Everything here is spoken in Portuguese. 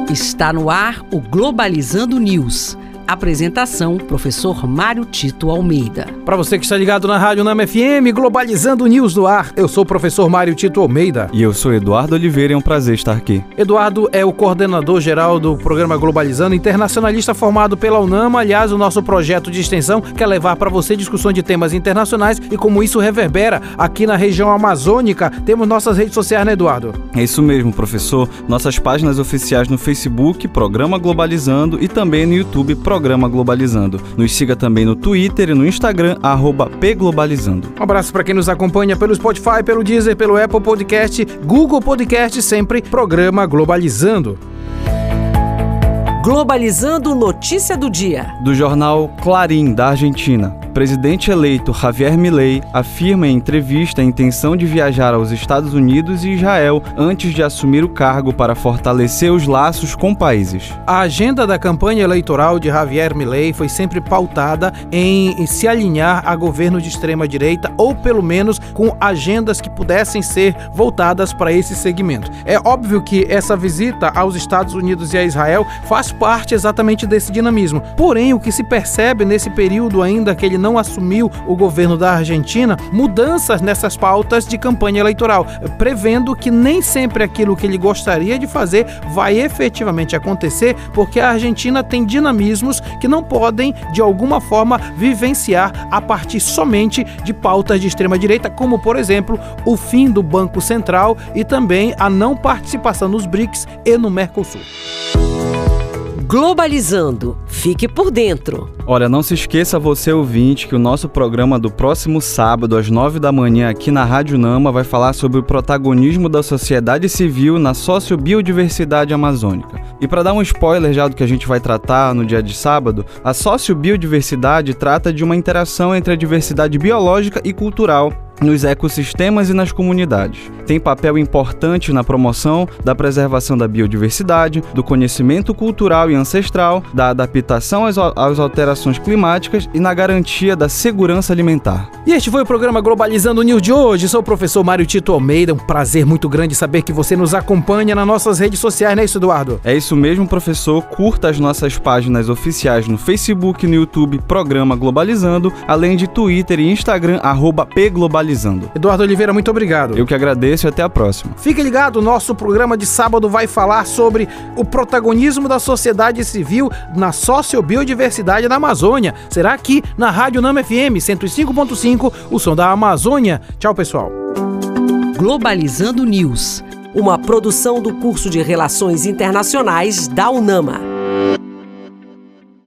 Está no ar o Globalizando News. Apresentação, professor Mário Tito Almeida. Para você que está ligado na Rádio Nama FM, Globalizando News no ar, eu sou o professor Mário Tito Almeida. E eu sou Eduardo Oliveira, é um prazer estar aqui. Eduardo é o coordenador geral do programa Globalizando, internacionalista formado pela UNAMA. Aliás, o nosso projeto de extensão quer levar para você discussão de temas internacionais e como isso reverbera aqui na região amazônica. Temos nossas redes sociais, né, Eduardo? É isso mesmo, professor. Nossas páginas oficiais no Facebook, Programa Globalizando, e também no YouTube, Programa Globalizando. Nos siga também no Twitter e no Instagram, @pglobalizando. Um abraço para quem nos acompanha pelo Spotify, pelo Deezer, pelo Apple Podcast, Google Podcast, sempre Programa Globalizando. Globalizando, notícia do dia. Do jornal Clarín, da Argentina. Presidente eleito Javier Milei afirma em entrevista a intenção de viajar aos Estados Unidos e Israel antes de assumir o cargo para fortalecer os laços com países. A agenda da campanha eleitoral de Javier Milei foi sempre pautada em se alinhar a governo de extrema-direita ou pelo menos com agendas que pudessem ser voltadas para esse segmento. É óbvio que essa visita aos Estados Unidos e a Israel faz parte exatamente desse dinamismo. Porém, o que se percebe nesse período ainda que ele não assumiu o governo da Argentina, mudanças nessas pautas de campanha eleitoral, prevendo que nem sempre aquilo que ele gostaria de fazer vai efetivamente acontecer, porque a Argentina tem dinamismos que não podem, de alguma forma, vivenciar a partir somente de pautas de extrema-direita, como, por exemplo, o fim do Banco Central e também a não participação nos BRICS e no Mercosul. Globalizando. Fique por dentro. Olha, não se esqueça você, ouvinte, que o nosso programa do próximo sábado, às 9 da manhã, aqui na Rádio Nama, vai falar sobre o protagonismo da sociedade civil na sociobiodiversidade amazônica. E para dar um spoiler já do que a gente vai tratar no dia de sábado, a sociobiodiversidade trata de uma interação entre a diversidade biológica e cultural nos ecossistemas e nas comunidades. Tem papel importante na promoção da preservação da biodiversidade, do conhecimento cultural e ancestral, da adaptação às alterações climáticas e na garantia da segurança alimentar. E este foi o programa Globalizando News de hoje. Sou o professor Mário Tito Almeida. Um prazer muito grande saber que você nos acompanha nas nossas redes sociais, não é isso, Eduardo? É isso mesmo, professor. Curta as nossas páginas oficiais no Facebook e no YouTube, Programa Globalizando, além de Twitter e Instagram, @pglobalizando. Eduardo Oliveira, muito obrigado. Eu que agradeço e até a próxima. Fique ligado, o nosso programa de sábado vai falar sobre o protagonismo da sociedade civil na sociobiodiversidade na Amazônia. Será aqui na Rádio Nama FM 105.5, o som da Amazônia. Tchau, pessoal. Globalizando News, uma produção do curso de Relações Internacionais da UNAMA.